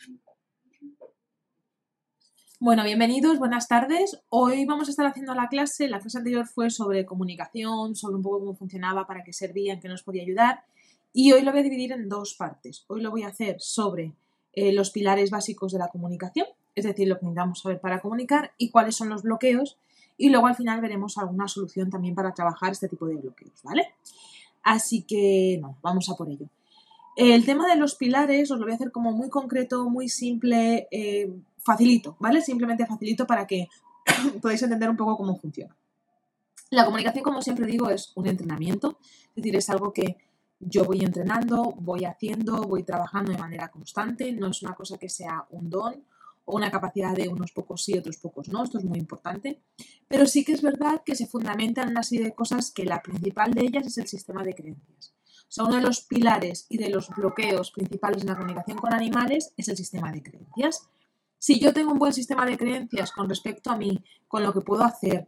Bueno, bienvenidos, buenas tardes. Hoy vamos a estar haciendo la clase anterior fue sobre comunicación, sobre un poco cómo funcionaba, para qué servía, en qué nos podía ayudar. Y hoy lo voy a dividir en dos partes. Hoy lo voy a hacer sobre los pilares básicos de la comunicación, es decir, lo que necesitamos saber para comunicar y cuáles son los bloqueos. Y luego al final veremos alguna solución también para trabajar este tipo de bloqueos, ¿vale? Así que, no, vamos a por ello. El tema de los pilares os lo voy a hacer como muy concreto, muy simple, facilito, ¿vale? Simplemente facilito para que podáis entender un poco cómo funciona. La comunicación, como siempre digo, es un entrenamiento, es decir, es algo que yo voy entrenando, voy haciendo, voy trabajando de manera constante, no es una cosa que sea un don o una capacidad de unos pocos sí, otros pocos no, esto es muy importante, pero sí que es verdad que se fundamenta en una serie de cosas que la principal de ellas es el sistema de creencias. O sea, uno de los pilares y de los bloqueos principales en la comunicación con animales es el sistema de creencias. Si yo tengo un buen sistema de creencias con respecto a mí, con lo que puedo hacer,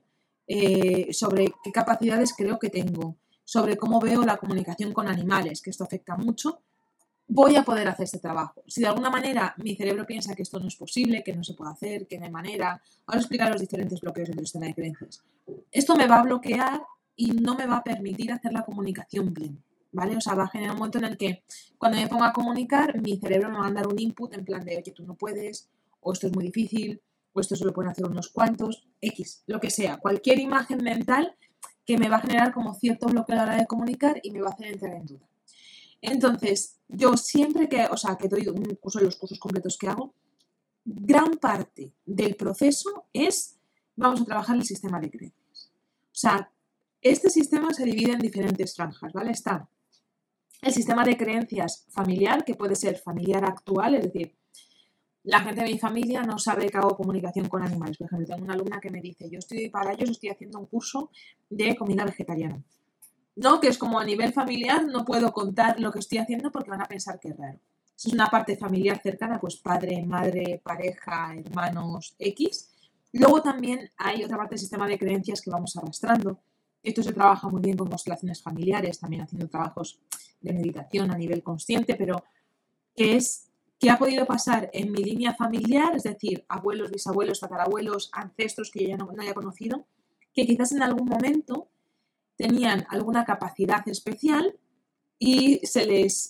sobre qué capacidades creo que tengo, sobre cómo veo la comunicación con animales, que esto afecta mucho, voy a poder hacer este trabajo. Si de alguna manera mi cerebro piensa que esto no es posible, que no se puede hacer, que no hay manera, ahora explicar los diferentes bloqueos dentro del sistema de creencias. Esto me va a bloquear y no me va a permitir hacer la comunicación bien, ¿vale? O sea, va a generar un momento en el que cuando me ponga a comunicar, mi cerebro me va a dar un input en plan de, oye, tú no puedes, o esto es muy difícil, o esto solo pueden hacer unos cuantos, X, lo que sea, cualquier imagen mental que me va a generar como cierto bloqueo a la hora de comunicar y me va a hacer entrar en duda. Entonces, yo siempre que doy un curso, los cursos completos que hago, gran parte del proceso es, vamos a trabajar el sistema de creencias. O sea, este sistema se divide en diferentes franjas, ¿vale? Está el sistema de creencias familiar, que puede ser familiar actual, es decir, la gente de mi familia no sabe que hago comunicación con animales. Por ejemplo, tengo una alumna que me dice, para ellos estoy haciendo un curso de comida vegetariana. No, que es como a nivel familiar no puedo contar lo que estoy haciendo porque van a pensar que es raro. Si es una parte familiar cercana, pues padre, madre, pareja, hermanos, X. Luego también hay otra parte del sistema de creencias que vamos arrastrando. Esto se trabaja muy bien con constelaciones familiares, también haciendo trabajos de meditación a nivel consciente, pero que es qué ha podido pasar en mi línea familiar, es decir, abuelos, bisabuelos, tatarabuelos, ancestros que yo ya no haya conocido, que quizás en algún momento tenían alguna capacidad especial y se les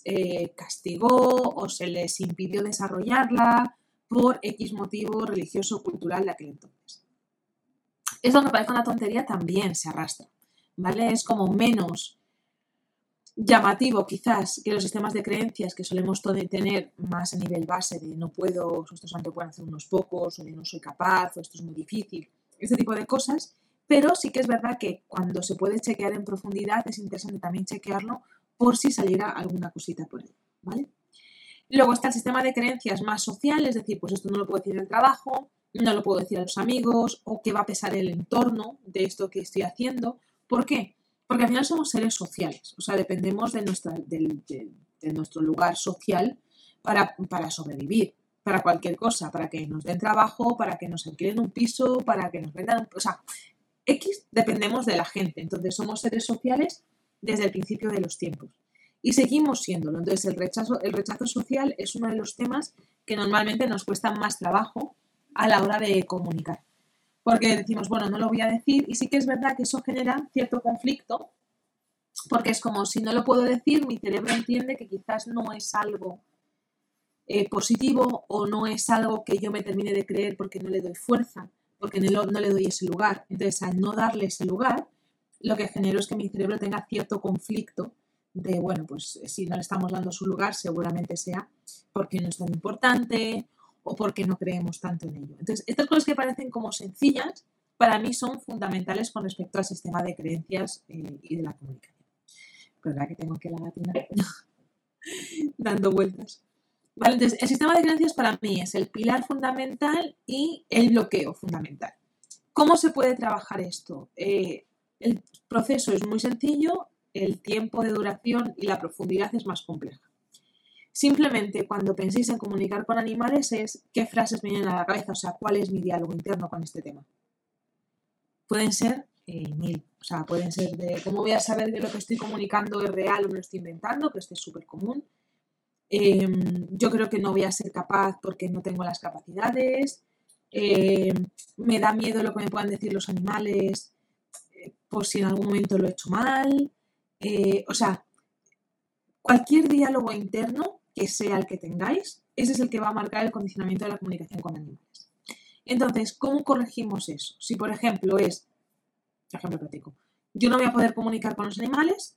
castigó o se les impidió desarrollarla por X motivo religioso o cultural de aquel entonces. Esto, aunque parezca una tontería, también se arrastra, ¿vale? Es como menos llamativo quizás que los sistemas de creencias que solemos tener más a nivel base de no puedo, o esto solamente pueden hacer unos pocos, o de no soy capaz, o esto es muy difícil, este tipo de cosas, pero sí que es verdad que cuando se puede chequear en profundidad es interesante también chequearlo por si saliera alguna cosita por ahí, ¿vale? Luego está el sistema de creencias más social, es decir, pues esto no lo puedo decir en el trabajo, no lo puedo decir a los amigos, o qué va a pesar el entorno de esto que estoy haciendo. ¿Por qué? Porque al final somos seres sociales, o sea, dependemos de nuestro lugar social para sobrevivir, para cualquier cosa, para que nos den trabajo, para que nos alquilen un piso, para que nos vendan, o sea, X dependemos de la gente, entonces somos seres sociales desde el principio de los tiempos y seguimos siéndolo. Entonces el rechazo social es uno de los temas que normalmente nos cuesta más trabajo a la hora de comunicar. Porque decimos, bueno, no lo voy a decir, y sí que es verdad que eso genera cierto conflicto, porque es como si no lo puedo decir, mi cerebro entiende que quizás no es algo positivo o no es algo que yo me termine de creer porque no le doy fuerza, porque no le doy ese lugar. Entonces, al no darle ese lugar, lo que genero es que mi cerebro tenga cierto conflicto de, bueno, pues si no le estamos dando su lugar, seguramente sea porque no es tan importante o porque no creemos tanto en ello. Entonces, estas cosas que parecen como sencillas, para mí son fundamentales con respecto al sistema de creencias y de la comunicación. ¿Verdad que tengo aquí la gatina dando vueltas? Vale, entonces, el sistema de creencias para mí es el pilar fundamental y el bloqueo fundamental. ¿Cómo se puede trabajar esto? El proceso es muy sencillo, el tiempo de duración y la profundidad es más compleja. Simplemente cuando penséis en comunicar con animales es qué frases vienen a la cabeza, o sea, cuál es mi diálogo interno con este tema. Pueden ser mil, o sea, pueden ser de cómo voy a saber que lo que estoy comunicando es real o me lo estoy inventando, que esto es súper común. yo creo que no voy a ser capaz porque no tengo las capacidades, me da miedo lo que me puedan decir los animales por si en algún momento lo he hecho mal, o sea, cualquier diálogo interno que sea el que tengáis, ese es el que va a marcar el condicionamiento de la comunicación con animales. Entonces, ¿cómo corregimos eso? Si, por ejemplo, ejemplo práctico, yo no voy a poder comunicar con los animales,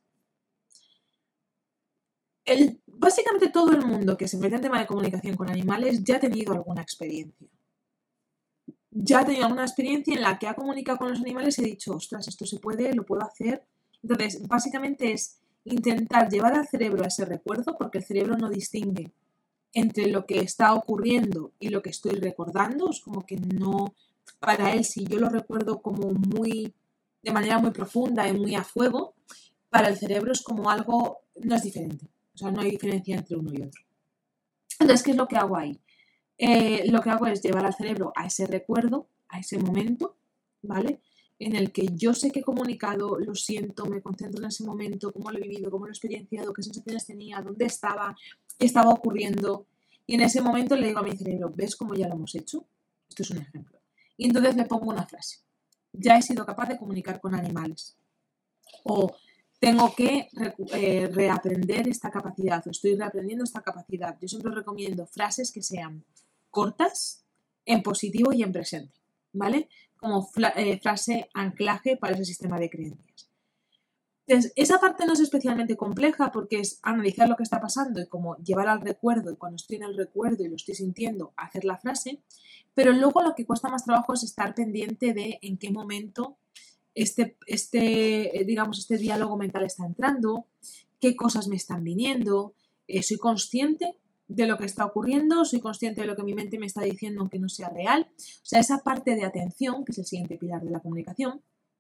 básicamente todo el mundo que se mete en tema de comunicación con animales ya ha tenido alguna experiencia. Ya ha tenido alguna experiencia en la que ha comunicado con los animales y he dicho, ostras, esto se puede, lo puedo hacer. Entonces, básicamente es intentar llevar al cerebro a ese recuerdo, porque el cerebro no distingue entre lo que está ocurriendo y lo que estoy recordando. Es como que no, para él, si yo lo recuerdo como de manera muy profunda y muy a fuego, para el cerebro es como algo, no es diferente. O sea, no hay diferencia entre uno y otro. Entonces, ¿qué es lo que hago ahí? Lo que hago es llevar al cerebro a ese recuerdo, a ese momento, ¿vale? En el que yo sé que he comunicado, lo siento, me concentro en ese momento, cómo lo he vivido, cómo lo he experienciado, qué sensaciones tenía, dónde estaba, qué estaba ocurriendo. Y en ese momento le digo a mi cerebro, ¿ves cómo ya lo hemos hecho? Esto es un ejemplo. Y entonces le pongo una frase. Ya he sido capaz de comunicar con animales. O tengo que reaprender esta capacidad, o estoy reaprendiendo esta capacidad. Yo siempre recomiendo frases que sean cortas, en positivo y en presente, ¿vale? Como frase anclaje para ese sistema de creencias. Entonces, esa parte no es especialmente compleja porque es analizar lo que está pasando y como llevar al recuerdo, y cuando estoy en el recuerdo y lo estoy sintiendo, hacer la frase, pero luego lo que cuesta más trabajo es estar pendiente de en qué momento digamos, este diálogo mental está entrando, qué cosas me están viniendo, soy consciente de lo que está ocurriendo, soy consciente de lo que mi mente me está diciendo aunque no sea real. O sea, esa parte de atención, que es el siguiente pilar de la comunicación,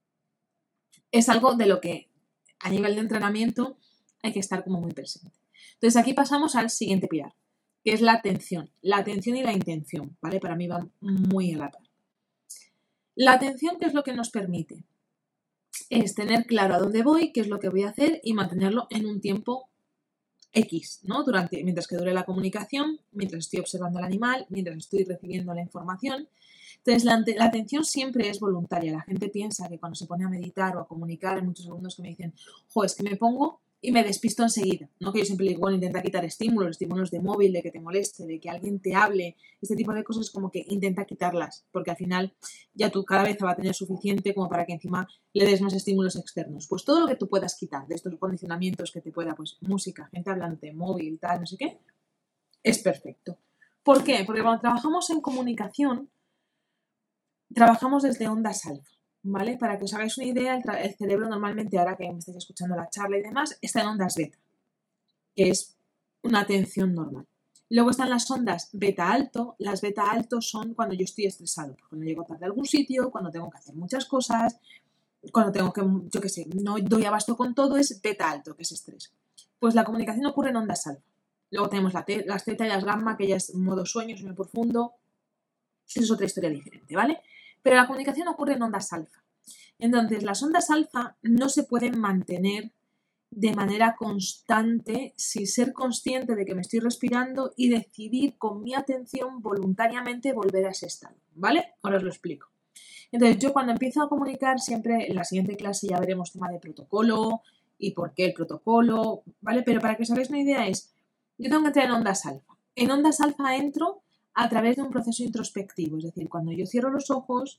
es algo de lo que a nivel de entrenamiento hay que estar como muy presente. Entonces aquí pasamos al siguiente pilar, que es la atención y la intención, ¿vale? Para mí va muy a la par. La atención, ¿qué es lo que nos permite? Es tener claro a dónde voy, qué es lo que voy a hacer y mantenerlo en un tiempo X, ¿no? Mientras que dure la comunicación, mientras estoy observando al animal, mientras estoy recibiendo la información. Entonces, la atención siempre es voluntaria. La gente piensa que cuando se pone a meditar o a comunicar, hay muchos alumnos que me dicen, es que me pongo y me despisto enseguida, ¿no? Que yo siempre digo, bueno, intenta quitar estímulos de móvil, de que te moleste, de que alguien te hable, este tipo de cosas como que intenta quitarlas, porque al final ya tu cabeza va a tener suficiente como para que encima le des más estímulos externos. Pues todo lo que tú puedas quitar de estos condicionamientos que te pueda, pues música, gente hablante, móvil, tal, no sé qué, es perfecto. ¿Por qué? Porque cuando trabajamos en comunicación, trabajamos desde ondas alfa. ¿Vale? Para que os hagáis una idea, el cerebro normalmente, ahora que me estáis escuchando la charla y demás, está en ondas beta, que es una atención normal. Luego están las ondas beta alto. Las beta alto son cuando yo estoy estresado, cuando llego tarde a algún sitio, cuando tengo que hacer muchas cosas, cuando tengo que, yo qué sé, no doy abasto con todo, es beta alto, que es estrés. Pues la comunicación ocurre en ondas alfa. Luego tenemos las teta y las gamma, que ya es modo sueño profundo. Eso es otra historia diferente, ¿vale? Pero la comunicación ocurre en ondas alfa. Entonces, las ondas alfa no se pueden mantener de manera constante sin ser consciente de que me estoy respirando y decidir con mi atención voluntariamente volver a ese estado, ¿vale? Ahora os lo explico. Entonces, yo cuando empiezo a comunicar, siempre en la siguiente clase ya veremos tema de protocolo y por qué el protocolo, ¿vale? Pero para que os hagáis una idea yo tengo que entrar en ondas alfa. En ondas alfa entro a través de un proceso introspectivo, es decir, cuando yo cierro los ojos,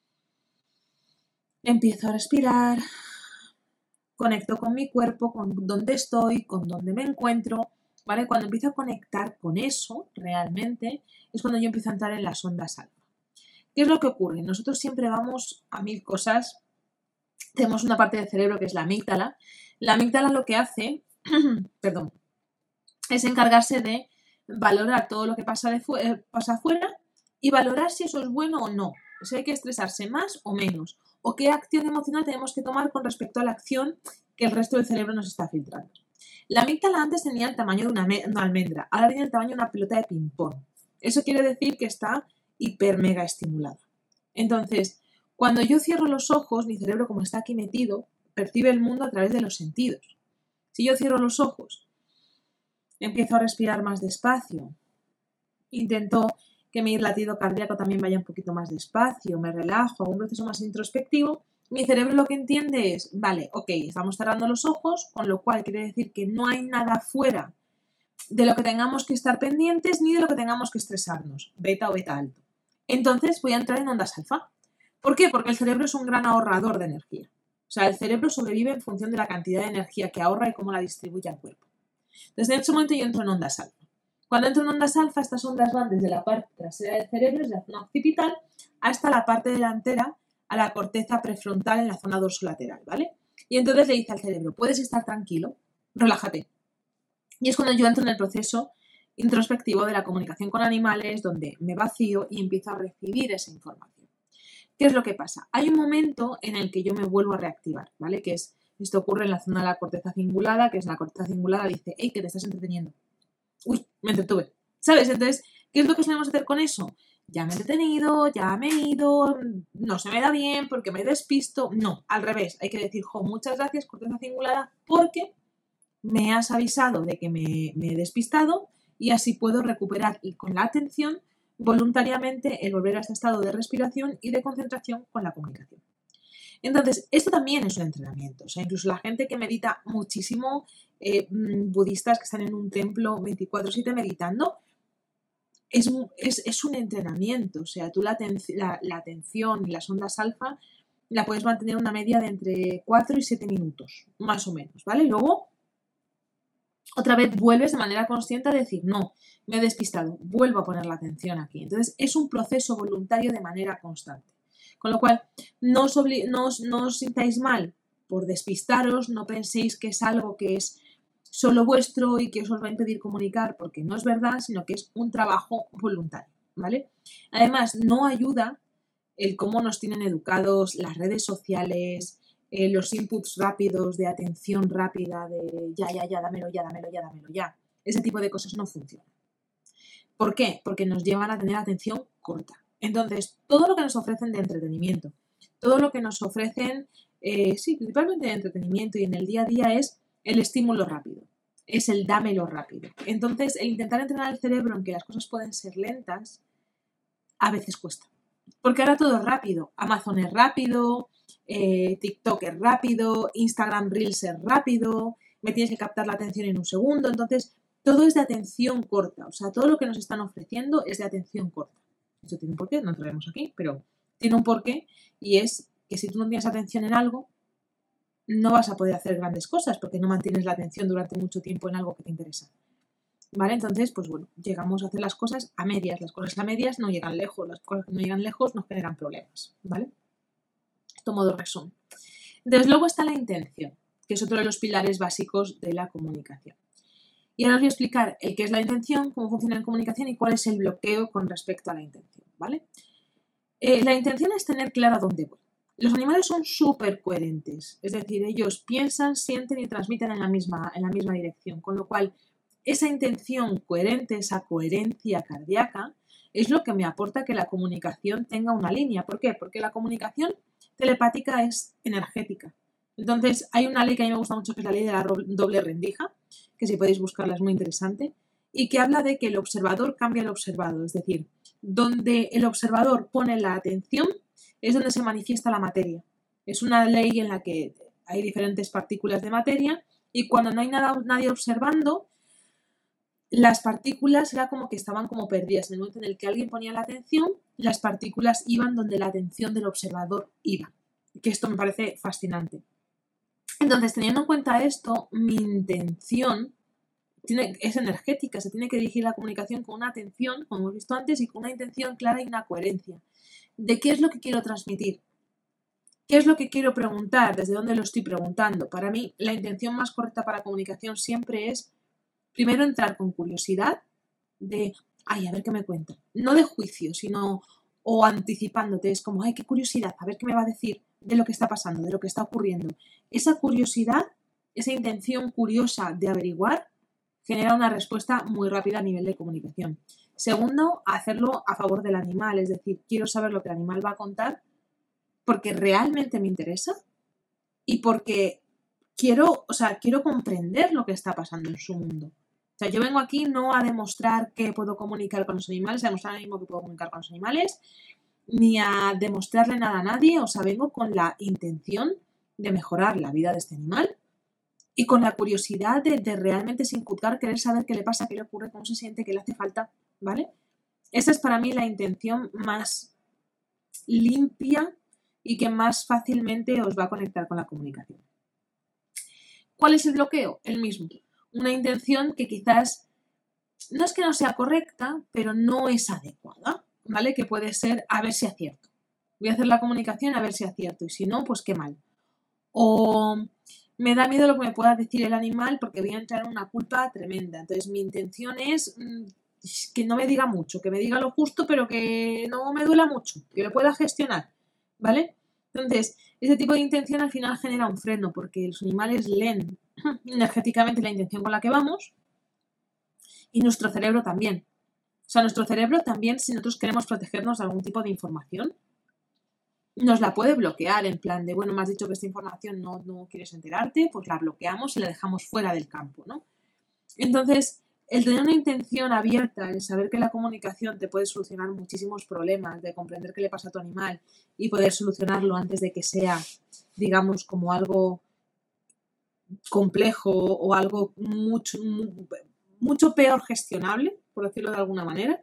empiezo a respirar, conecto con mi cuerpo, con dónde estoy, con dónde me encuentro, ¿vale? Cuando empiezo a conectar con eso realmente es cuando yo empiezo a entrar en las ondas alfa. ¿Qué es lo que ocurre? Nosotros siempre vamos a 1000 cosas. Tenemos una parte del cerebro que es la amígdala. La amígdala lo que hace, perdón, es encargarse de valorar todo lo que pasa afuera y valorar si eso es bueno o no, si hay que estresarse más o menos, o qué acción emocional tenemos que tomar con respecto a la acción que el resto del cerebro nos está filtrando. La amígdala antes tenía el tamaño de una almendra, ahora tiene el tamaño de una pelota de ping-pong. Eso quiere decir que está hiper mega estimulada. Entonces, cuando yo cierro los ojos, mi cerebro, como está aquí metido, percibe el mundo a través de los sentidos. Si yo cierro los ojos empiezo a respirar más despacio, intento que mi latido cardíaco también vaya un poquito más despacio, me relajo, hago un proceso más introspectivo. Mi cerebro lo que entiende es, vale, ok, estamos cerrando los ojos, con lo cual quiere decir que no hay nada fuera de lo que tengamos que estar pendientes ni de lo que tengamos que estresarnos, beta o beta alto. Entonces voy a entrar en ondas alfa. ¿Por qué? Porque el cerebro es un gran ahorrador de energía. O sea, el cerebro sobrevive en función de la cantidad de energía que ahorra y cómo la distribuye al cuerpo. Desde ese momento yo entro en ondas alfa. Cuando entro en ondas alfa, estas ondas van desde la parte trasera del cerebro, desde la zona occipital, hasta la parte delantera, a la corteza prefrontal en la zona dorsolateral, ¿vale? Y entonces le dice al cerebro, puedes estar tranquilo, relájate. Y es cuando yo entro en el proceso introspectivo de la comunicación con animales, donde me vacío y empiezo a recibir esa información. ¿Qué es lo que pasa? Hay un momento en el que yo me vuelvo a reactivar, ¿vale? Que es, esto ocurre en la zona de la corteza cingulada, que es la corteza cingulada, dice, hey, que te estás entreteniendo. Uy, me entretuve, ¿sabes? Entonces, ¿qué es lo que solemos hacer con eso? Ya me he entretenido, ya me he ido, no se me da bien porque me despisto. No, al revés, hay que decir, jo, muchas gracias, corteza cingulada, porque me has avisado de que me he despistado y así puedo recuperar y con la atención voluntariamente el volver a este estado de respiración y de concentración con la comunicación. Entonces, esto también es un entrenamiento. O sea, incluso la gente que medita muchísimo, budistas que están en un templo 24/7 meditando, es un entrenamiento. O sea, tú la atención y las ondas alfa la puedes mantener una media de entre 4 y 7 minutos, más o menos, ¿vale? Luego, otra vez vuelves de manera consciente a decir, no, me he despistado, vuelvo a poner la atención aquí. Entonces, es un proceso voluntario de manera constante. Con lo cual, no os sintáis mal por despistaros, no penséis que es algo que es solo vuestro y que os va a impedir comunicar, porque no es verdad, sino que es un trabajo voluntario, ¿vale? Además, no ayuda el cómo nos tienen educados las redes sociales, los inputs rápidos de atención rápida, de ya, dámelo, ya. Ese tipo de cosas no funcionan. ¿Por qué? Porque nos llevan a tener atención corta. Entonces, todo lo que nos ofrecen de entretenimiento, todo lo que nos ofrecen, sí, principalmente de entretenimiento y en el día a día es el estímulo rápido, es el dámelo rápido. Entonces, el intentar entrenar al cerebro en que las cosas pueden ser lentas, a veces cuesta. Porque ahora todo es rápido. Amazon es rápido, TikTok es rápido, Instagram Reels es rápido, me tienes que captar la atención en un segundo. Entonces, todo es de atención corta. O sea, todo lo que nos están ofreciendo es de atención corta. Esto tiene un porqué, no entraremos aquí, pero tiene un porqué y es que si tú no tienes atención en algo, no vas a poder hacer grandes cosas porque no mantienes la atención durante mucho tiempo en algo que te interesa. ¿Vale? Entonces, pues bueno, llegamos a hacer las cosas a medias. Las cosas a medias no llegan lejos. Las cosas que no llegan lejos nos generan problemas, ¿vale? Esto modo resumen. Entonces, luego está la intención, que es otro de los pilares básicos de la comunicación. Y ahora os voy a explicar el qué es la intención, cómo funciona la comunicación y cuál es el bloqueo con respecto a la intención, ¿vale? La intención es tener claro a dónde voy. Los animales son súper coherentes, es decir, ellos piensan, sienten y transmiten en la misma dirección, con lo cual esa intención coherente, esa coherencia cardíaca, es lo que me aporta que la comunicación tenga una línea. ¿Por qué? Porque la comunicación telepática es energética. Entonces, hay una ley que a mí me gusta mucho, que es la ley de la doble rendija, que si podéis buscarla es muy interesante, y que habla de que el observador cambia al observado. Es decir, donde el observador pone la atención es donde se manifiesta la materia. Es una ley en la que hay diferentes partículas de materia y cuando no hay nadie observando, las partículas era como que estaban como perdidas. En el momento en el que alguien ponía la atención, las partículas iban donde la atención del observador iba. Que esto me parece fascinante. Entonces, teniendo en cuenta esto, mi intención es energética. Se tiene que dirigir la comunicación con una atención, como hemos visto antes, y con una intención clara y una coherencia. ¿De qué es lo que quiero transmitir? ¿Qué es lo que quiero preguntar? ¿Desde dónde lo estoy preguntando? Para mí, la intención más correcta para comunicación siempre es primero entrar con curiosidad de, ay, a ver qué me cuenta. No de juicio, sino o anticipándote. Es como, ay, qué curiosidad, a ver qué me va a decir de lo que está pasando, de lo que está ocurriendo. Esa curiosidad, esa intención curiosa de averiguar, genera una respuesta muy rápida a nivel de comunicación. Segundo, hacerlo a favor del animal. Es decir, quiero saber lo que el animal va a contar porque realmente me interesa y porque quiero comprender lo que está pasando en su mundo. O sea, yo vengo aquí no a demostrar que puedo comunicar con los animales, a demostrar ahora mismo que puedo comunicar con los animales, ni a demostrarle nada a nadie. O sea, vengo con la intención de mejorar la vida de este animal y con la curiosidad de realmente, sin juzgar, querer saber qué le pasa, qué le ocurre, cómo se siente, qué le hace falta, ¿vale? Esa es para mí la intención más limpia y que más fácilmente os va a conectar con la comunicación. ¿Cuál es el bloqueo? El mismo. Una intención que quizás no es que no sea correcta, pero no es adecuada, ¿vale? Que puede ser a ver si acierto. Voy a hacer la comunicación a ver si acierto y si no, pues qué mal. O me da miedo lo que me pueda decir el animal porque voy a entrar en una culpa tremenda. Entonces mi intención es que no me diga mucho, que me diga lo justo, pero que no me duela mucho, que lo pueda gestionar, ¿vale? Entonces, ese tipo de intención al final genera un freno porque los animales leen energéticamente la intención con la que vamos y nuestro cerebro también. O sea, nuestro cerebro también, si nosotros queremos protegernos de algún tipo de información, nos la puede bloquear en plan de, bueno, me has dicho que esta información no quieres enterarte, pues la bloqueamos y la dejamos fuera del campo, ¿no? Entonces, el tener una intención abierta, el saber que la comunicación te puede solucionar muchísimos problemas, de comprender qué le pasa a tu animal y poder solucionarlo antes de que sea, digamos, como algo complejo o algo mucho peor gestionable, por decirlo de alguna manera,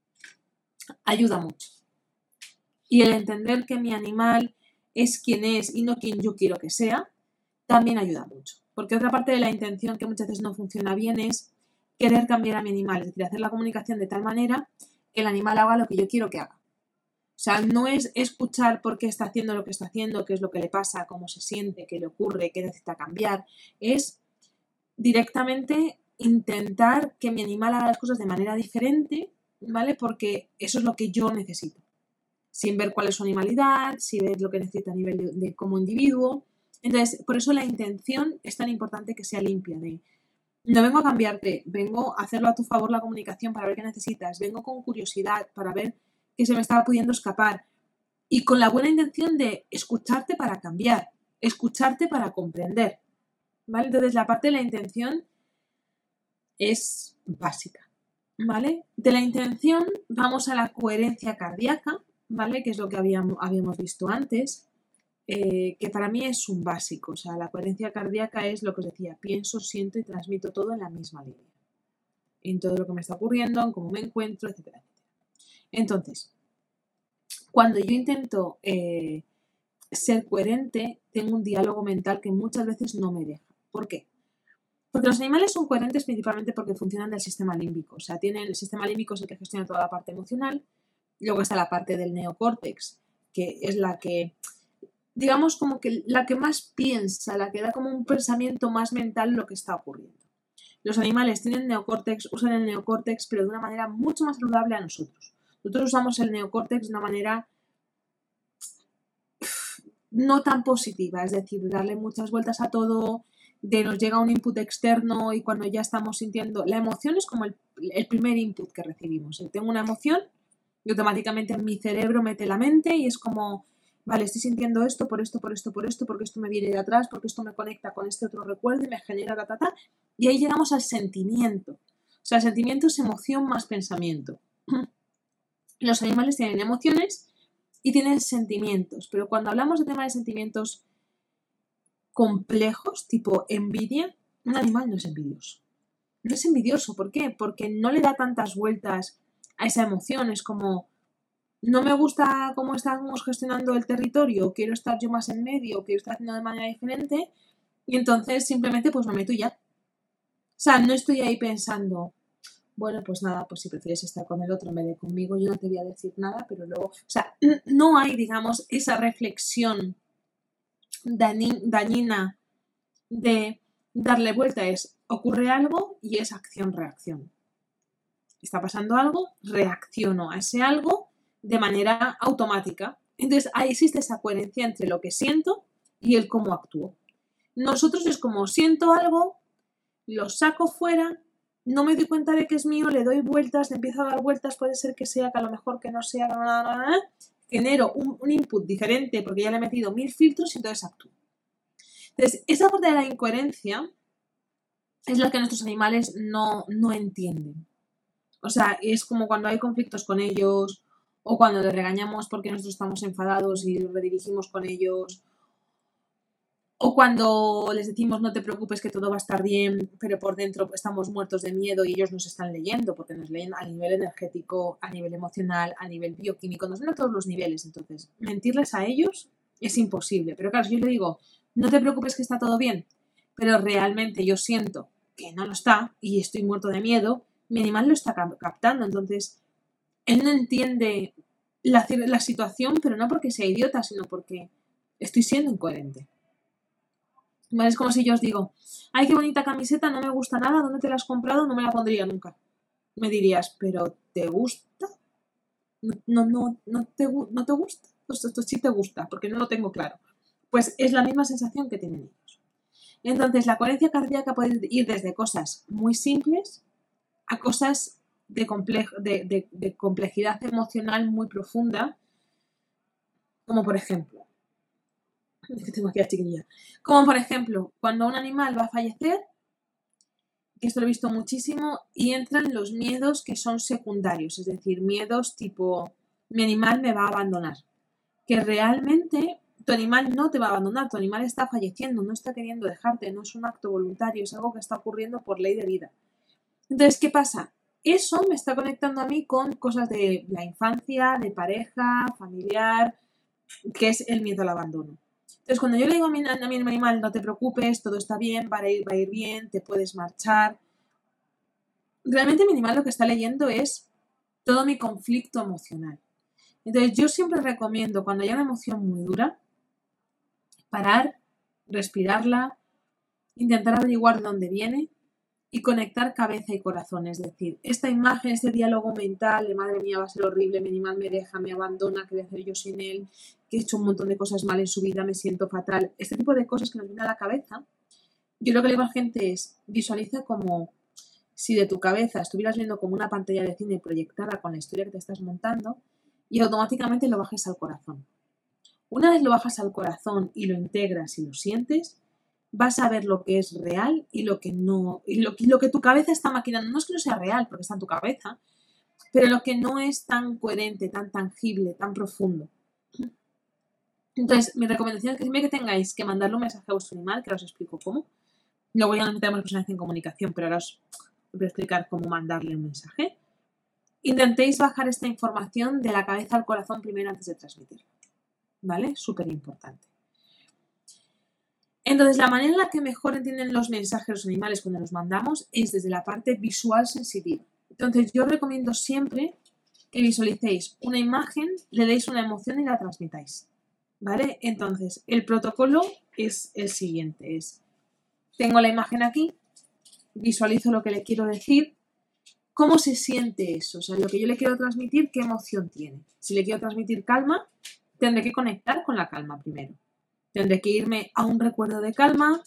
ayuda mucho. Y el entender que mi animal es quien es y no quien yo quiero que sea, también ayuda mucho. Porque otra parte de la intención que muchas veces no funciona bien es querer cambiar a mi animal, es decir, hacer la comunicación de tal manera que el animal haga lo que yo quiero que haga. O sea, no es escuchar por qué está haciendo lo que está haciendo, qué es lo que le pasa, cómo se siente, qué le ocurre, qué necesita cambiar. Es directamente intentar que mi animal haga las cosas de manera diferente, ¿vale? Porque eso es lo que yo necesito. Sin ver cuál es su animalidad, sin ver lo que necesita a nivel de como individuo. Entonces, por eso la intención es tan importante que sea limpia. No vengo a cambiarte, vengo a hacerlo a tu favor la comunicación para ver qué necesitas, vengo con curiosidad para ver qué se me estaba pudiendo escapar y con la buena intención de escucharte para cambiar, escucharte para comprender, ¿vale? Entonces, la parte de la intención es básica, ¿vale? De la intención vamos a la coherencia cardíaca, ¿vale? Que es lo que habíamos visto antes, que para mí es un básico. O sea, la coherencia cardíaca es lo que os decía, pienso, siento y transmito todo en la misma línea. En todo lo que me está ocurriendo, en cómo me encuentro, etcétera, etcétera. Entonces, cuando yo intento ser coherente, tengo un diálogo mental que muchas veces no me deja. ¿Por qué? Porque los animales son coherentes principalmente porque funcionan del sistema límbico. O sea, el sistema límbico es el que gestiona toda la parte emocional. Luego está la parte del neocórtex, que es la que, digamos, como que la que más piensa, la que da como un pensamiento más mental lo que está ocurriendo. Los animales tienen neocórtex, usan el neocórtex, pero de una manera mucho más saludable a nosotros. Nosotros usamos el neocórtex de una manera no tan positiva, es decir, darle muchas vueltas a todo, de nos llega un input externo y cuando ya estamos sintiendo, la emoción es como el primer input que recibimos. Si tengo una emoción y automáticamente mi cerebro mete la mente y es como, vale, estoy sintiendo esto, por esto, por esto, por esto, porque esto me viene de atrás, porque esto me conecta con este otro recuerdo y me genera y ahí llegamos al sentimiento. O sea, el sentimiento es emoción más pensamiento. Los animales tienen emociones y tienen sentimientos, pero cuando hablamos de temas de sentimientos complejos, tipo envidia, un animal no es envidioso. No es envidioso, ¿por qué? Porque no le da tantas vueltas a esa emoción, es como, no me gusta cómo estamos gestionando el territorio, quiero estar yo más en medio, quiero estar haciendo de manera diferente, y entonces simplemente pues me meto ya. O sea, no estoy ahí pensando, bueno, pues nada, pues si prefieres estar con el otro en vez de conmigo, yo no te voy a decir nada, pero luego, o sea, no hay, digamos, esa reflexión dañina de darle vuelta. Ocurre algo y es acción-reacción. Está pasando algo, reacciono a ese algo de manera automática. Entonces, ahí existe esa coherencia entre lo que siento y el cómo actúo. Nosotros es como siento algo, lo saco fuera, no me doy cuenta de que es mío, le doy vueltas, le empiezo a dar vueltas, puede ser que sea, que a lo mejor que no sea, genero un input diferente porque ya le he metido 1000 filtros y entonces actúo. Entonces, esa parte de la incoherencia es lo que nuestros animales no entienden. O sea, es como cuando hay conflictos con ellos o cuando les regañamos porque nosotros estamos enfadados y los redirigimos con ellos, o cuando les decimos no te preocupes que todo va a estar bien, pero por dentro estamos muertos de miedo y ellos nos están leyendo, porque nos leen a nivel energético, a nivel emocional, a nivel bioquímico, nos leen a todos los niveles. Entonces, mentirles a ellos es imposible. Pero claro, si yo le digo no te preocupes que está todo bien, pero realmente yo siento que no lo está y estoy muerto de miedo, mi animal lo está captando. Entonces, él no entiende la situación, pero no porque sea idiota, sino porque estoy siendo incoherente. ¿Vale? Es como si yo os digo, ay, qué bonita camiseta, no me gusta nada, ¿dónde te la has comprado? No me la pondría nunca. Me dirías, ¿pero te gusta? ¿No te gusta? Pues esto sí te gusta, porque no lo tengo claro. Pues es la misma sensación que tienen ellos. Entonces, la coherencia cardíaca puede ir desde cosas muy simples a cosas de complejidad emocional muy profunda, como por ejemplo, es que tengo aquí a chiquilla, como por ejemplo, cuando un animal va a fallecer, que esto lo he visto muchísimo, y entran los miedos que son secundarios, es decir, miedos tipo, mi animal me va a abandonar, que realmente tu animal no te va a abandonar, tu animal está falleciendo, no está queriendo dejarte, no es un acto voluntario, es algo que está ocurriendo por ley de vida. Entonces, ¿qué pasa? Eso me está conectando a mí con cosas de la infancia, de pareja, familiar, que es el miedo al abandono. Entonces, cuando yo le digo a mi animal, no te preocupes, todo está bien, va a ir bien, te puedes marchar, realmente mi animal lo que está leyendo es todo mi conflicto emocional. Entonces, yo siempre recomiendo, cuando haya una emoción muy dura, parar, respirarla, intentar averiguar de dónde viene y conectar cabeza y corazón. Es decir, esta imagen, este diálogo mental de madre mía, va a ser horrible, mi animal me deja, me abandona, ¿qué voy a hacer yo sin él? Que he hecho un montón de cosas mal en su vida, me siento fatal. Este tipo de cosas que nos vienen a la cabeza, yo lo que le digo a la gente es, visualiza como si de tu cabeza estuvieras viendo como una pantalla de cine proyectada con la historia que te estás montando y automáticamente lo bajes al corazón. Una vez lo bajas al corazón y lo integras y lo sientes, vas a ver lo que es real y lo que no, y lo que tu cabeza está maquinando. No es que no sea real, porque está en tu cabeza, pero lo que no es tan coherente, tan tangible, tan profundo. Entonces, mi recomendación es que siempre que tengáis que mandarle un mensaje a vuestro animal, que ahora os explico cómo, luego ya nos metemos personalmente en comunicación, pero ahora os voy a explicar cómo mandarle un mensaje. Intentéis bajar esta información de la cabeza al corazón primero antes de transmitirla. ¿Vale? Súper importante. Entonces, la manera en la que mejor entienden los mensajes los animales cuando los mandamos es desde la parte visual sensitiva. Entonces, yo recomiendo siempre que visualicéis una imagen, le deis una emoción y la transmitáis. ¿Vale? Entonces, el protocolo es el siguiente. Tengo la imagen aquí, visualizo lo que le quiero decir, cómo se siente eso, o sea, lo que yo le quiero transmitir, qué emoción tiene. Si le quiero transmitir calma, tendré que conectar con la calma primero. Tendré que irme a un recuerdo de calma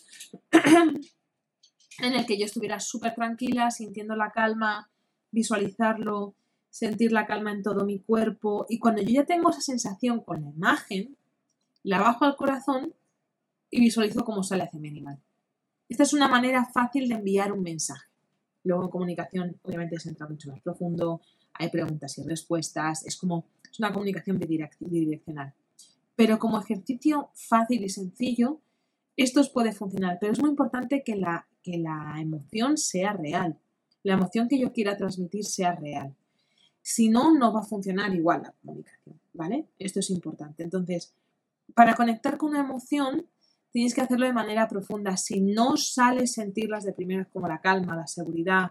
en el que yo estuviera súper tranquila, sintiendo la calma, visualizarlo, sentir la calma en todo mi cuerpo. Y cuando yo ya tengo esa sensación con la imagen, la bajo al corazón y visualizo cómo sale hacia mi animal. Esta es una manera fácil de enviar un mensaje. Luego en comunicación obviamente se entra mucho más profundo, hay preguntas y respuestas, es una comunicación bidireccional. Pero como ejercicio fácil y sencillo, esto os puede funcionar, pero es muy importante que la emoción sea real, la emoción que yo quiera transmitir sea real. Si no, no va a funcionar igual la comunicación, ¿vale? Esto es importante. Entonces, para conectar con una emoción, tienes que hacerlo de manera profunda. Si no sale sentirlas de primeras como la calma, la seguridad,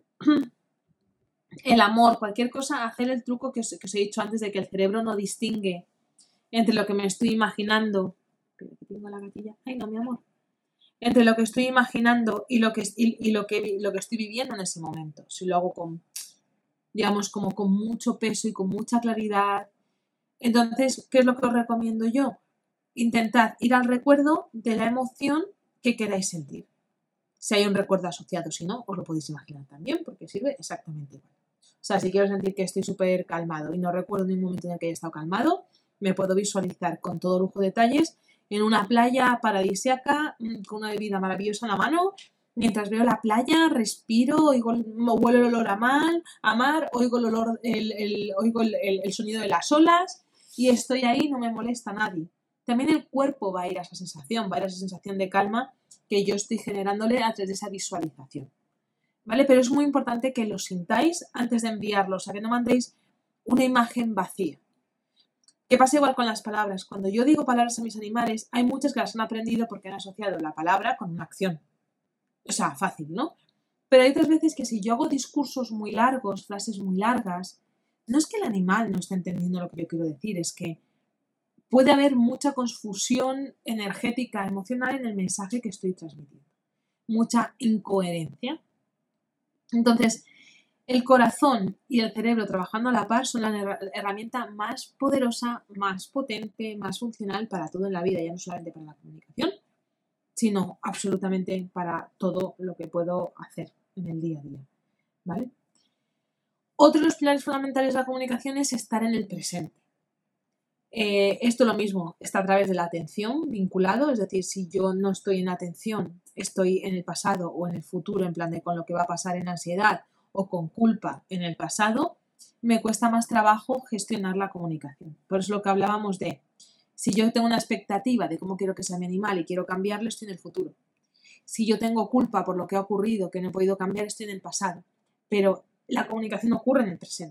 el amor, cualquier cosa, hacer el truco que os he dicho antes de que el cerebro no distingue entre lo que me estoy imaginando. Pero que tengo la gatilla. Ay, no, mi amor. Entre lo que estoy imaginando y lo que estoy viviendo en ese momento. Si lo hago con, digamos, como con mucho peso y con mucha claridad. Entonces, ¿qué es lo que os recomiendo yo? Intentad ir al recuerdo de la emoción que queráis sentir. Si hay un recuerdo asociado, si no, os lo podéis imaginar también, porque sirve exactamente igual. O sea, si quiero sentir que estoy súper calmado y no recuerdo ningún momento en el que haya estado calmado, me puedo visualizar con todo lujo de detalles en una playa paradisíaca, con una bebida maravillosa en la mano, Mientras veo la playa, respiro, huelo el olor a mar, oigo el sonido de las olas y estoy ahí, no me molesta a nadie. También el cuerpo va a ir a esa sensación, va a ir a esa sensación de calma que yo estoy generándole a través de esa visualización. ¿Vale? Pero es muy importante que lo sintáis antes de enviarlo, o sea, que no mandéis una imagen vacía. ¿Qué pasa igual con las palabras? Cuando yo digo palabras a mis animales, hay muchas que las han aprendido porque han asociado la palabra con una acción. O sea, fácil, ¿no? Pero hay otras veces que si yo hago discursos muy largos, frases muy largas, no es que el animal no esté entendiendo lo que yo quiero decir, es que puede haber mucha confusión energética, emocional en el mensaje que estoy transmitiendo. Mucha incoherencia. Entonces, el corazón y el cerebro trabajando a la par son la herramienta más poderosa, más potente, más funcional para todo en la vida, ya no solamente para la comunicación, sino absolutamente para todo lo que puedo hacer en el día a día. ¿Vale? Otro de los pilares fundamentales de la comunicación es estar en el presente. Esto lo mismo, está a través de la atención vinculado, es decir, si yo no estoy en atención, estoy en el pasado o en el futuro, en plan de con lo que va a pasar en ansiedad o con culpa en el pasado, me cuesta más trabajo gestionar la comunicación. Por eso lo que hablábamos de, si yo tengo una expectativa de cómo quiero que sea mi animal y quiero cambiarlo, estoy en el futuro. Si yo tengo culpa por lo que ha ocurrido, que no he podido cambiar, estoy en el pasado. Pero la comunicación ocurre en el presente.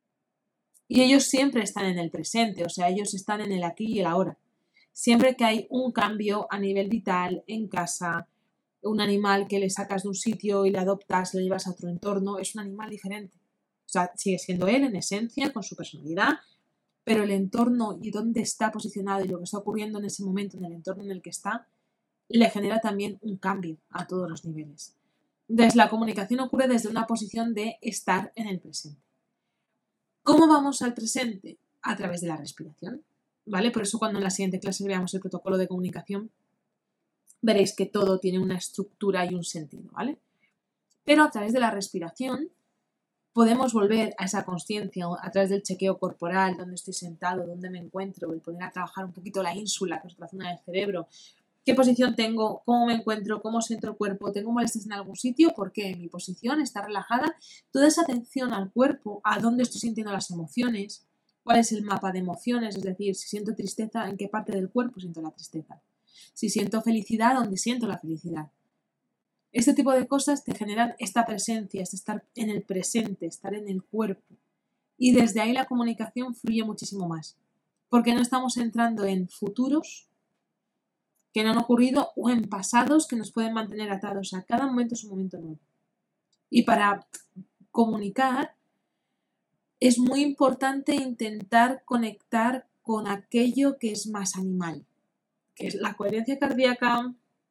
Y ellos siempre están en el presente, o sea, ellos están en el aquí y el ahora. Siempre que hay un cambio a nivel vital en casa, un animal que le sacas de un sitio y le adoptas, le llevas a otro entorno, es un animal diferente. O sea, sigue siendo él en esencia, con su personalidad, pero el entorno y dónde está posicionado y lo que está ocurriendo en ese momento, en el entorno en el que está, le genera también un cambio a todos los niveles. Entonces, la comunicación ocurre desde una posición de estar en el presente. ¿Cómo vamos al presente? A través de la respiración, ¿vale? Por eso cuando en la siguiente clase veamos el protocolo de comunicación, veréis que todo tiene una estructura y un sentido, ¿vale? Pero a través de la respiración podemos volver a esa consciencia a través del chequeo corporal, dónde estoy sentado, dónde me encuentro, el poner a trabajar un poquito la ínsula, que es otra zona del cerebro, qué posición tengo, cómo me encuentro, cómo siento el cuerpo, tengo molestias en algún sitio, por qué mi posición está relajada, toda esa atención al cuerpo, a dónde estoy sintiendo las emociones, cuál es el mapa de emociones, es decir, si siento tristeza, en qué parte del cuerpo siento la tristeza, si siento felicidad, dónde siento la felicidad. Este tipo de cosas te generan esta presencia, este estar en el presente, estar en el cuerpo. Y desde ahí la comunicación fluye muchísimo más, porque no estamos entrando en futuros que no han ocurrido o en pasados que nos pueden mantener atados. A cada momento es un momento nuevo. Y para comunicar es muy importante intentar conectar con aquello que es más animal, que es la coherencia cardíaca,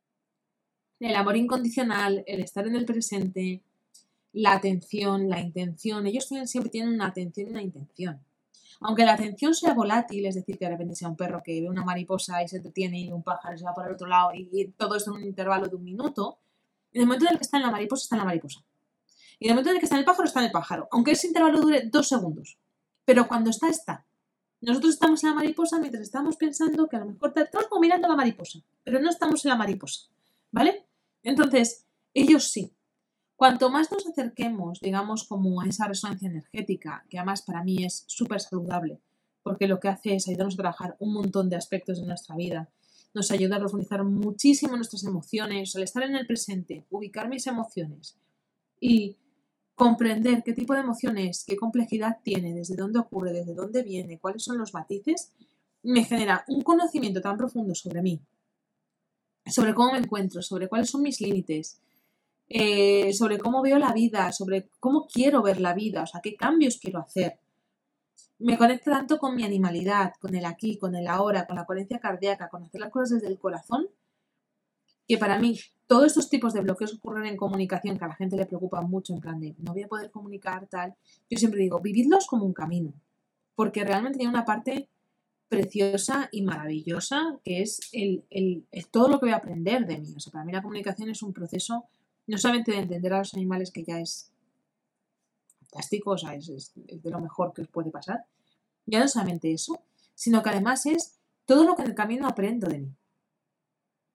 el amor incondicional, el estar en el presente, la atención, la intención. Ellos siempre tienen una atención y una intención. Aunque la atención sea volátil, es decir, que de repente sea un perro que ve una mariposa y se detiene y un pájaro se va por el otro lado y todo esto en un intervalo de un minuto, en el momento en el que está en la mariposa, está en la mariposa. Y en el momento en el que está en el pájaro, está en el pájaro. Aunque ese intervalo dure 2 segundos. Pero cuando está, está. Nosotros estamos en la mariposa mientras estamos pensando que a lo mejor estamos como mirando a la mariposa, pero no estamos en la mariposa. ¿Vale? Entonces, ellos sí. Cuanto más nos acerquemos, digamos, como a esa resonancia energética, que además para mí es súper saludable, porque lo que hace es ayudarnos a trabajar un montón de aspectos de nuestra vida, nos ayuda a profundizar muchísimo nuestras emociones, al estar en el presente, ubicar mis emociones y comprender qué tipo de emociones, qué complejidad tiene, desde dónde ocurre, desde dónde viene, cuáles son los matices, me genera un conocimiento tan profundo sobre mí, sobre cómo me encuentro, sobre cuáles son mis límites, sobre cómo veo la vida, sobre cómo quiero ver la vida, o sea, qué cambios quiero hacer. Me conecta tanto con mi animalidad, con el aquí, con el ahora, con la coherencia cardíaca, con hacer las cosas desde el corazón, que para mí todos estos tipos de bloqueos ocurren en comunicación, que a la gente le preocupa mucho, en plan de no voy a poder comunicar tal. Yo siempre digo, vividlos como un camino, porque realmente tiene una parte preciosa y maravillosa que es todo lo que voy a aprender de mí. O sea, para mí la comunicación es un proceso no solamente de entender a los animales, que ya es fantástico, o sea, es de lo mejor que os puede pasar, ya no solamente eso, sino que además es todo lo que en el camino aprendo de mí.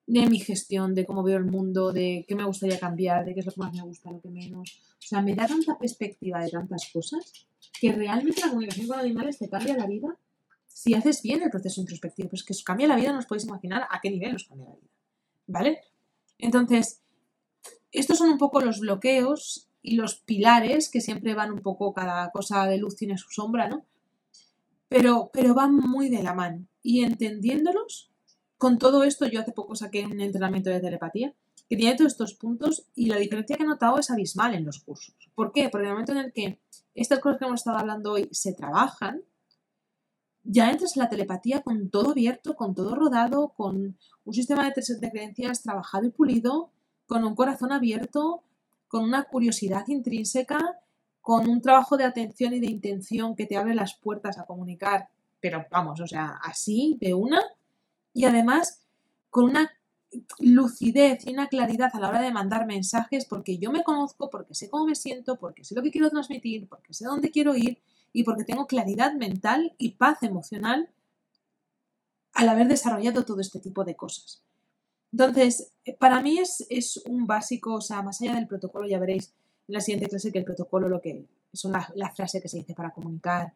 de mi gestión, de cómo veo el mundo, de qué me gustaría cambiar, de qué es lo que más me gusta, lo que menos. O sea, me da tanta perspectiva de tantas cosas que realmente la comunicación con animales te cambia la vida si haces bien el proceso introspectivo. Pues que os cambia la vida, no os podéis imaginar a qué nivel os cambia la vida. ¿Vale? Entonces, estos son un poco los bloqueos y los pilares que siempre van un poco, cada cosa de luz tiene su sombra, ¿no? Pero van muy de la mano. Y entendiéndolos, con todo esto, yo hace poco saqué un entrenamiento de telepatía que tiene todos estos puntos y la diferencia que he notado es abismal en los cursos. ¿Por qué? Porque en el momento en el que estas cosas que hemos estado hablando hoy se trabajan, ya entras en la telepatía con todo abierto, con todo rodado, con un sistema de creencias trabajado y pulido, con un corazón abierto, con una curiosidad intrínseca, con un trabajo de atención y de intención que te abre las puertas a comunicar, pero vamos, o sea, así, de una, y además con una lucidez y una claridad a la hora de mandar mensajes, porque yo me conozco, porque sé cómo me siento, porque sé lo que quiero transmitir, porque sé dónde quiero ir y porque tengo claridad mental y paz emocional al haber desarrollado todo este tipo de cosas. Entonces, para mí es un básico, o sea, más allá del protocolo, ya veréis en la siguiente clase que el protocolo lo que son la frase que se dice para comunicar.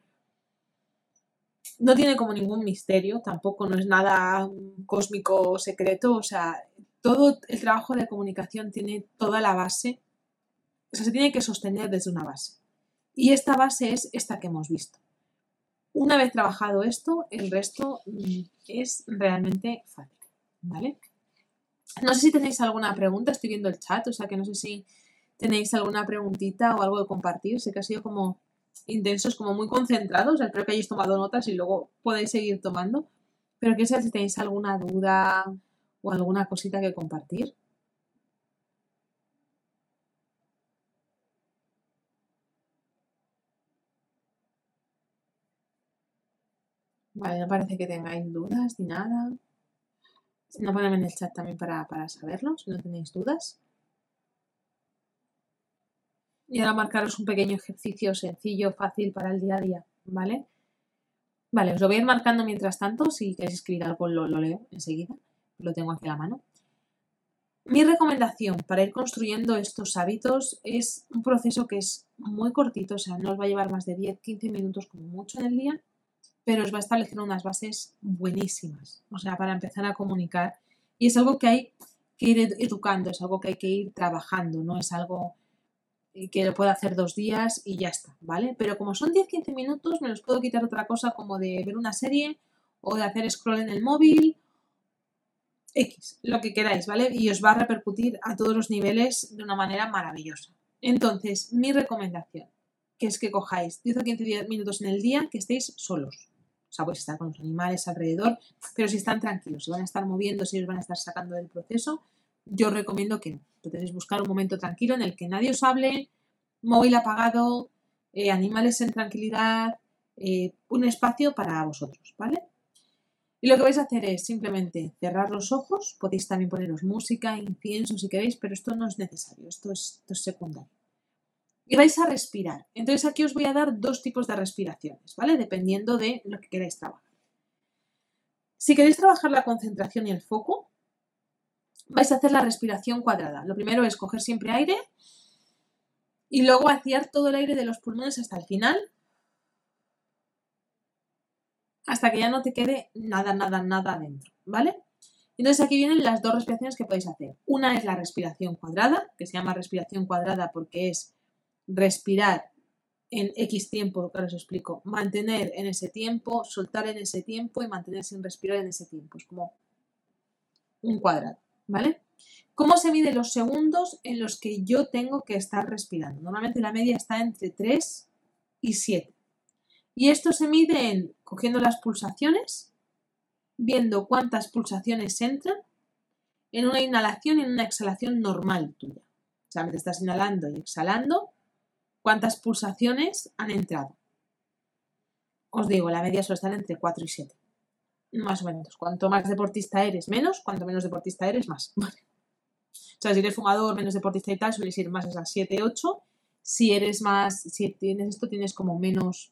No tiene como ningún misterio, tampoco no es nada cósmico secreto, o sea, todo el trabajo de comunicación tiene toda la base, o sea, se tiene que sostener desde una base. Y esta base es esta que hemos visto. Una vez trabajado esto, el resto es realmente fácil, ¿vale? No sé si tenéis alguna pregunta, estoy viendo el chat, o sea que no sé si tenéis alguna preguntita o algo de compartir. Sé que ha sido como intensos, como muy concentrados, o sea, espero que hayáis tomado notas y luego podéis seguir tomando, pero quiero saber si tenéis alguna duda o alguna cosita que compartir. Vale, no parece que tengáis dudas ni nada. Si no, ponedme en el chat también para saberlo, si no tenéis dudas. Y ahora marcaros un pequeño ejercicio sencillo, fácil para el día a día, ¿vale? Vale, os lo voy a ir marcando mientras tanto. Si queréis escribir algo, lo leo enseguida. Lo tengo aquí a la mano. Mi recomendación para ir construyendo estos hábitos es un proceso que es muy cortito, o sea, no os va a llevar más de 10-15 minutos como mucho en el día, pero os va a establecer unas bases buenísimas, o sea, para empezar a comunicar. Y es algo que hay que ir educando, es algo que hay que ir trabajando, no es algo que lo puedo hacer 2 días y ya está, ¿vale? Pero como son 10-15 minutos, me los puedo quitar otra cosa como de ver una serie o de hacer scroll en el móvil, X, lo que queráis, ¿vale? Y os va a repercutir a todos los niveles de una manera maravillosa. Entonces, mi recomendación, que es que cojáis 10 o 15 minutos en el día que estéis solos. O sea, podéis estar con los animales alrededor, pero si están tranquilos, si van a estar moviendo, si os van a estar sacando del proceso, yo os recomiendo que no. Entonces, buscar un momento tranquilo en el que nadie os hable, móvil apagado, animales en tranquilidad, un espacio para vosotros, ¿vale? Y lo que vais a hacer es simplemente cerrar los ojos, podéis también poneros música, incienso si queréis, pero esto no es necesario, esto es secundario. Y vais a respirar. Entonces aquí os voy a dar 2 tipos de respiraciones, ¿vale? Dependiendo de lo que queráis trabajar. Si queréis trabajar la concentración y el foco, vais a hacer la respiración cuadrada. Lo primero es coger siempre aire y luego vaciar todo el aire de los pulmones hasta el final, hasta que ya no te quede nada dentro, ¿vale? Entonces aquí vienen las 2 respiraciones que podéis hacer. Una es la respiración cuadrada, que se llama respiración cuadrada porque es respirar en X tiempo, que ahora os explico, mantener en ese tiempo, soltar en ese tiempo y mantener sin respirar en ese tiempo. Es como un cuadrado, ¿vale? ¿Cómo se miden los segundos en los que yo tengo que estar respirando? Normalmente la media está entre 3 y 7. Y esto se mide cogiendo las pulsaciones, viendo cuántas pulsaciones entran en una inhalación y en una exhalación normal tuya. O sea, te estás inhalando y exhalando, ¿cuántas pulsaciones han entrado? Os digo, la media suele estar entre 4 y 7. Más o menos. Cuanto más deportista eres, menos. Cuanto menos deportista eres, más. O sea, si eres fumador, menos deportista y tal, sueles ir más a las 7, 8. Si eres más, si tienes esto, tienes como menos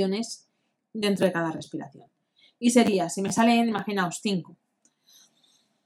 pulsaciones dentro de cada respiración. Y sería, si me salen, imaginaos, 5.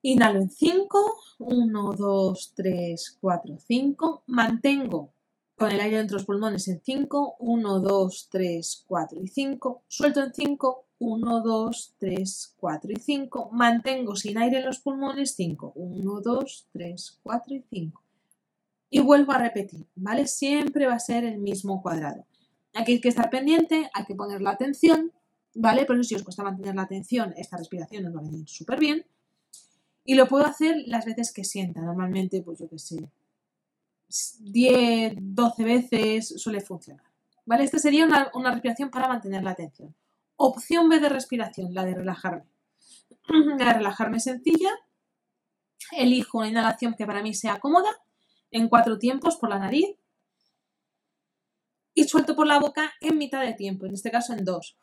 Inhalo en 5, 1, 2, 3, 4, 5. Mantengo con el aire dentro de los pulmones en 5, 1, 2, 3, 4 y 5. Suelto en 5, 1, 2, 3, 4 y 5. Mantengo sin aire en los pulmones 5, 1, 2, 3, 4 y 5. Y vuelvo a repetir, ¿vale? Siempre va a ser el mismo cuadrado. Aquí hay que estar pendiente, hay que poner la atención, ¿vale? Por eso si os cuesta mantener la atención, esta respiración os va a venir súper bien. Y lo puedo hacer las veces que sienta. Normalmente, pues yo qué sé, 10, 12 veces suele funcionar. ¿Vale? Esta sería una respiración para mantener la atención. Opción B de respiración, la de relajarme. La de relajarme sencilla. Elijo una inhalación que para mí sea cómoda, en 4 tiempos por la nariz. Y suelto por la boca en mitad de tiempo, en este caso en 2.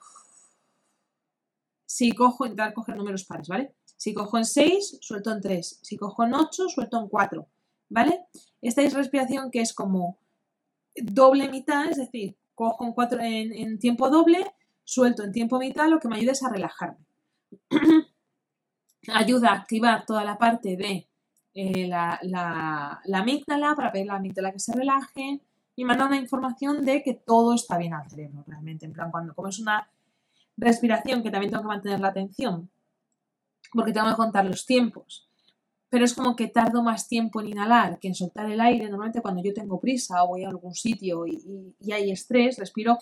Si cojo, intentar coger números pares, ¿vale? Si cojo en 6, suelto en 3. Si cojo en 8, suelto en 4, ¿vale? Esta es respiración que es como doble mitad, es decir, cojo en tiempo doble, suelto en tiempo mitad, lo que me ayuda es a relajarme. Ayuda a activar toda la parte de la amígdala, para pedir a la amígdala que se relaje y manda una información de que todo está bien al cerebro, realmente. En plan, como es una respiración que también tengo que mantener la atención, porque tengo que contar los tiempos, pero es como que tardo más tiempo en inhalar que en soltar el aire. Normalmente cuando yo tengo prisa o voy a algún sitio y hay estrés, respiro.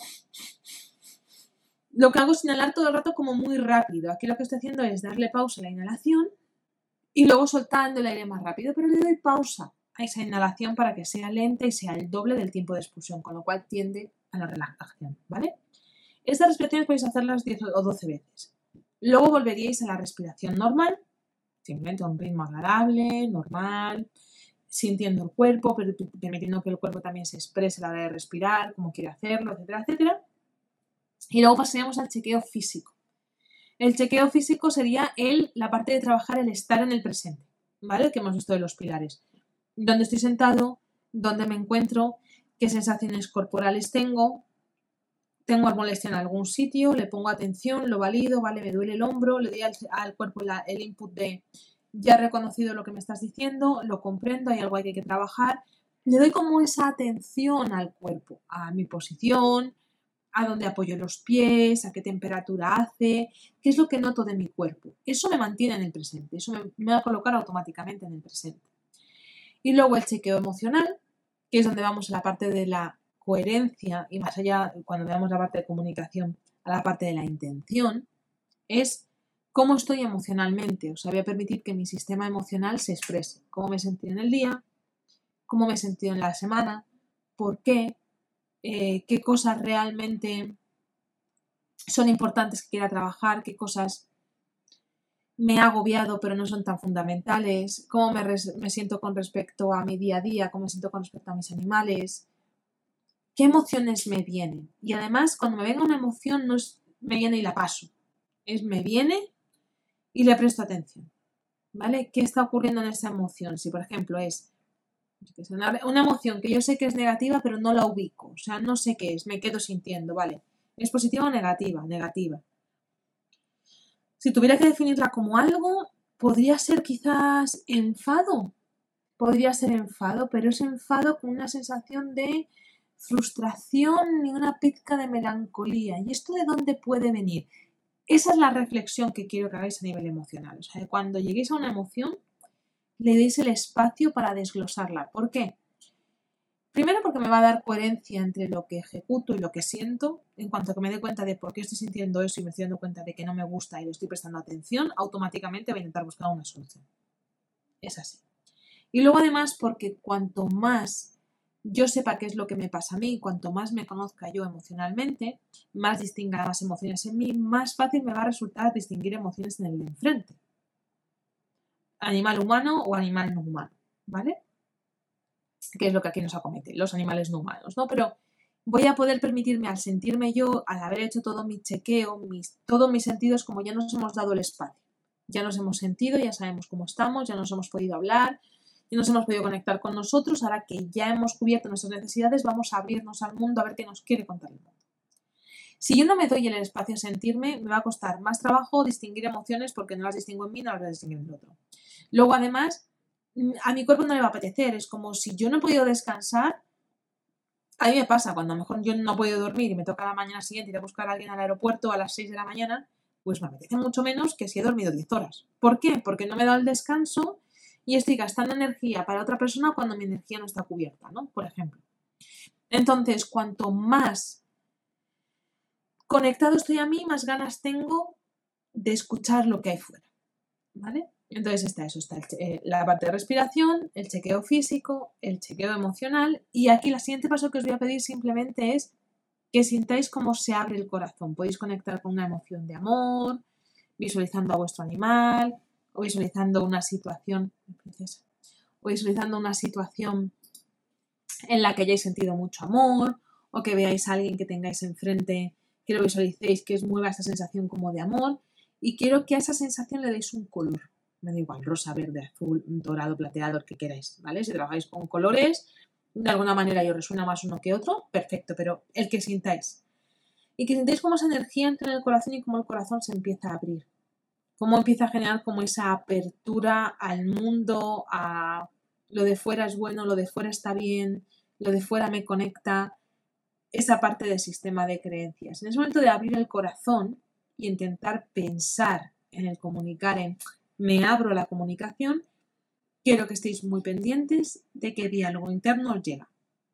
Lo que hago es inhalar todo el rato como muy rápido. Aquí lo que estoy haciendo es darle pausa a la inhalación y luego soltando el aire más rápido, pero le doy pausa a esa inhalación para que sea lenta y sea el doble del tiempo de expulsión, con lo cual tiende a la relajación, ¿vale? Estas respiraciones podéis hacerlas 10 o 12 veces. Luego volveríais a la respiración normal, simplemente a un ritmo agradable, normal, sintiendo el cuerpo, permitiendo que el cuerpo también se exprese a la hora de respirar, como quiere hacerlo, etcétera, etcétera. Y luego pasaríamos al chequeo físico. El chequeo físico sería la parte de trabajar el estar en el presente, ¿vale? Que hemos visto de los pilares. ¿Dónde estoy sentado? ¿Dónde me encuentro? ¿Qué sensaciones corporales tengo? ¿Tengo molestia en algún sitio? Le pongo atención, lo valido, ¿vale? Me duele el hombro, le doy al cuerpo el input de ya he reconocido lo que me estás diciendo, lo comprendo, hay algo que hay que trabajar. Le doy como esa atención al cuerpo, a mi posición, a dónde apoyo los pies, a qué temperatura hace, qué es lo que noto de mi cuerpo. Eso me mantiene en el presente, eso me va a colocar automáticamente en el presente. Y luego el chequeo emocional, que es donde vamos a la parte de la coherencia y más allá, cuando veamos la parte de comunicación, a la parte de la intención, es cómo estoy emocionalmente. O sea, voy a permitir que mi sistema emocional se exprese. Cómo me he sentido en el día, cómo me he sentido en la semana, por qué, qué cosas realmente son importantes que quiera trabajar, qué cosas me ha agobiado pero no son tan fundamentales, cómo me siento con respecto a mi día a día, cómo me siento con respecto a mis animales, qué emociones me vienen. Y además, cuando me venga una emoción, no es me viene y la paso, es me viene y le presto atención, ¿vale? ¿Qué está ocurriendo en esa emoción? Si, por ejemplo, es una emoción que yo sé que es negativa, pero no la ubico, o sea, no sé qué es, me quedo sintiendo, ¿vale? ¿Es positiva o negativa? Negativa. Si tuviera que definirla como algo, podría ser quizás enfado. Podría ser enfado, pero es enfado con una sensación de frustración y una pizca de melancolía. ¿Y esto de dónde puede venir? Esa es la reflexión que quiero que hagáis a nivel emocional. O sea, cuando lleguéis a una emoción, le deis el espacio para desglosarla. ¿Por qué? Primero porque me va a dar coherencia entre lo que ejecuto y lo que siento. En cuanto que me dé cuenta de por qué estoy sintiendo eso y me estoy dando cuenta de que no me gusta y le estoy prestando atención, automáticamente voy a intentar buscar una solución. Es así. Y luego además porque cuanto más yo sepa qué es lo que me pasa a mí, cuanto más me conozca yo emocionalmente, más distinga las emociones en mí, más fácil me va a resultar distinguir emociones en el de enfrente. Animal humano o animal no humano, ¿vale? Que es lo que aquí nos acomete, los animales no humanos, ¿no? Pero voy a poder permitirme, al sentirme yo, al haber hecho todo mi chequeo, todos mis sentidos, como ya nos hemos dado el espacio. Ya nos hemos sentido, ya sabemos cómo estamos, ya nos hemos podido hablar, ya nos hemos podido conectar con nosotros. Ahora que ya hemos cubierto nuestras necesidades, vamos a abrirnos al mundo a ver qué nos quiere contar el mundo. Si yo no me doy el espacio a sentirme, me va a costar más trabajo distinguir emociones porque no las distingo en mí, no las voy a distinguir en el otro. Luego, además, a mi cuerpo no le va a apetecer. Es como si yo no he podido descansar. A mí me pasa cuando a lo mejor yo no he podido dormir y me toca la mañana siguiente ir a buscar a alguien al aeropuerto a las 6 de la mañana, pues me apetece mucho menos que si he dormido 10 horas. ¿Por qué? Porque no me he dado el descanso y estoy gastando energía para otra persona cuando mi energía no está cubierta, ¿no? Por ejemplo. Entonces, cuanto más conectado estoy a mí, más ganas tengo de escuchar lo que hay fuera, ¿vale? Entonces está eso, está la parte de respiración, el chequeo físico, el chequeo emocional y aquí el siguiente paso que os voy a pedir simplemente es que sintáis cómo se abre el corazón. Podéis conectar con una emoción de amor, visualizando a vuestro animal o visualizando una situación, o visualizando una situación en la que hayáis sentido mucho amor o que veáis a alguien que tengáis enfrente, que lo visualicéis, que os mueva esa sensación como de amor y quiero que a esa sensación le deis un color. Me da igual, rosa, verde, azul, dorado, plateado, el que queráis, ¿vale? Si trabajáis con colores, de alguna manera os resuena más uno que otro, perfecto, pero el que sintáis. Y que sintáis cómo esa energía entra en el corazón y cómo el corazón se empieza a abrir. Cómo empieza a generar como esa apertura al mundo, a lo de fuera es bueno, lo de fuera está bien, lo de fuera me conecta, esa parte del sistema de creencias. En ese momento de abrir el corazón y intentar pensar en el comunicar, en me abro a la comunicación, quiero que estéis muy pendientes de qué diálogo interno os llega.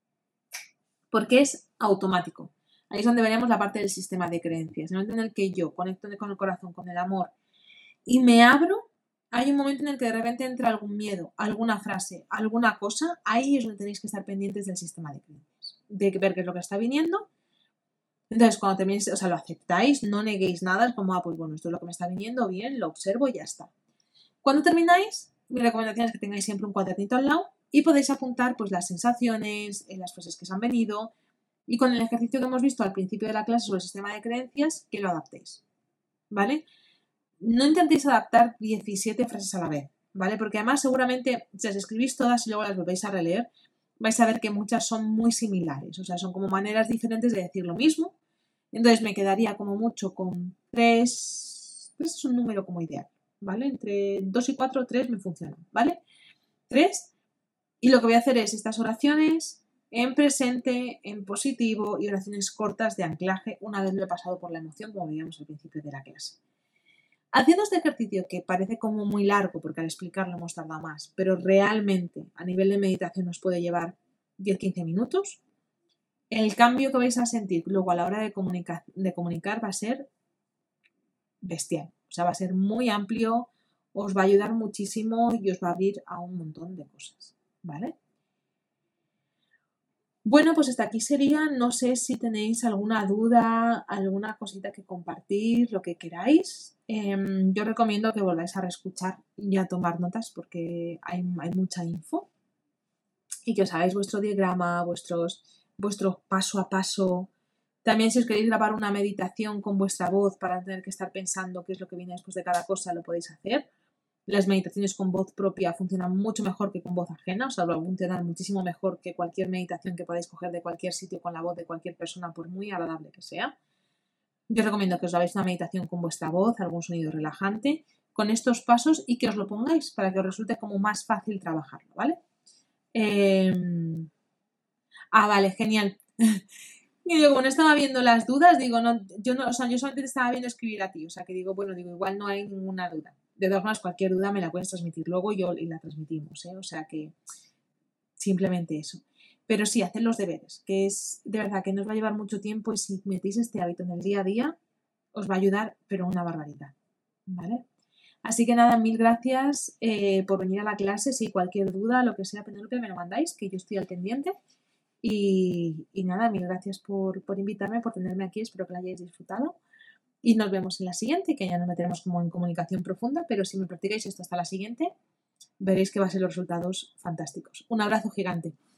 Porque es automático. Ahí es donde veremos la parte del sistema de creencias. En el momento en el que yo conecto con el corazón, con el amor y me abro, hay un momento en el que de repente entra algún miedo, alguna frase, alguna cosa, ahí es donde tenéis que estar pendientes del sistema de creencias, de ver qué es lo que está viniendo. Entonces, cuando terminéis, o sea, lo aceptáis, no neguéis nada, es como, pues bueno, esto es lo que me está viniendo, bien, lo observo y ya está. Cuando termináis, mi recomendación es que tengáis siempre un cuadernito al lado y podéis apuntar pues las sensaciones, las frases que os han venido y con el ejercicio que hemos visto al principio de la clase sobre el sistema de creencias, que lo adaptéis, ¿vale? No intentéis adaptar 17 frases a la vez, ¿vale? Porque además seguramente si las escribís todas y luego las volvéis a releer, vais a ver que muchas son muy similares, o sea, son como maneras diferentes de decir lo mismo. Entonces me quedaría como mucho con 3 es un número como ideal, ¿vale? Entre 2 y 4, 3 me funcionan, ¿vale? 3. Y lo que voy a hacer es estas oraciones en presente, en positivo y oraciones cortas de anclaje una vez lo he pasado por la emoción, como veíamos al principio de la clase. Haciendo este ejercicio que parece como muy largo porque al explicarlo hemos tardado más, pero realmente a nivel de meditación nos puede llevar 10-15 minutos, el cambio que vais a sentir luego a la hora de comunicar va a ser bestial. O sea, va a ser muy amplio, os va a ayudar muchísimo y os va a abrir a un montón de cosas, ¿vale? Bueno, pues hasta aquí sería, no sé si tenéis alguna duda, alguna cosita que compartir, lo que queráis. Yo recomiendo que volváis a reescuchar y a tomar notas porque hay mucha info y que os hagáis vuestro diagrama, vuestro paso a paso. También si os queréis grabar una meditación con vuestra voz para no tener que estar pensando qué es lo que viene después de cada cosa, lo podéis hacer. Las meditaciones con voz propia funcionan mucho mejor que con voz ajena, o sea, va a funcionar muchísimo mejor que cualquier meditación que podáis coger de cualquier sitio con la voz de cualquier persona, por muy agradable que sea. Yo os recomiendo que os hagáis una meditación con vuestra voz, algún sonido relajante, con estos pasos y que os lo pongáis para que os resulte como más fácil trabajarlo, ¿vale? Vale, genial. Y digo, como no estaba viendo las dudas, digo, no, yo solamente te estaba viendo escribir a ti, o sea que digo, bueno, igual no hay ninguna duda. De todas formas, cualquier duda me la puedes transmitir luego y la transmitimos, ¿eh? O sea que simplemente eso. Pero sí, haced los deberes, que es de verdad que nos va a llevar mucho tiempo y si metéis este hábito en el día a día, os va a ayudar, pero una barbaridad, ¿vale? Así que nada, mil gracias por venir a la clase. Si cualquier duda, lo que sea, Penélope, me lo mandáis, que yo estoy al pendiente. Y nada, mil gracias por invitarme, por tenerme aquí, espero que la hayáis disfrutado y nos vemos en la siguiente, que ya nos meteremos como en comunicación profunda, pero si me practicáis esto hasta la siguiente, veréis que va a ser los resultados fantásticos. Un abrazo gigante.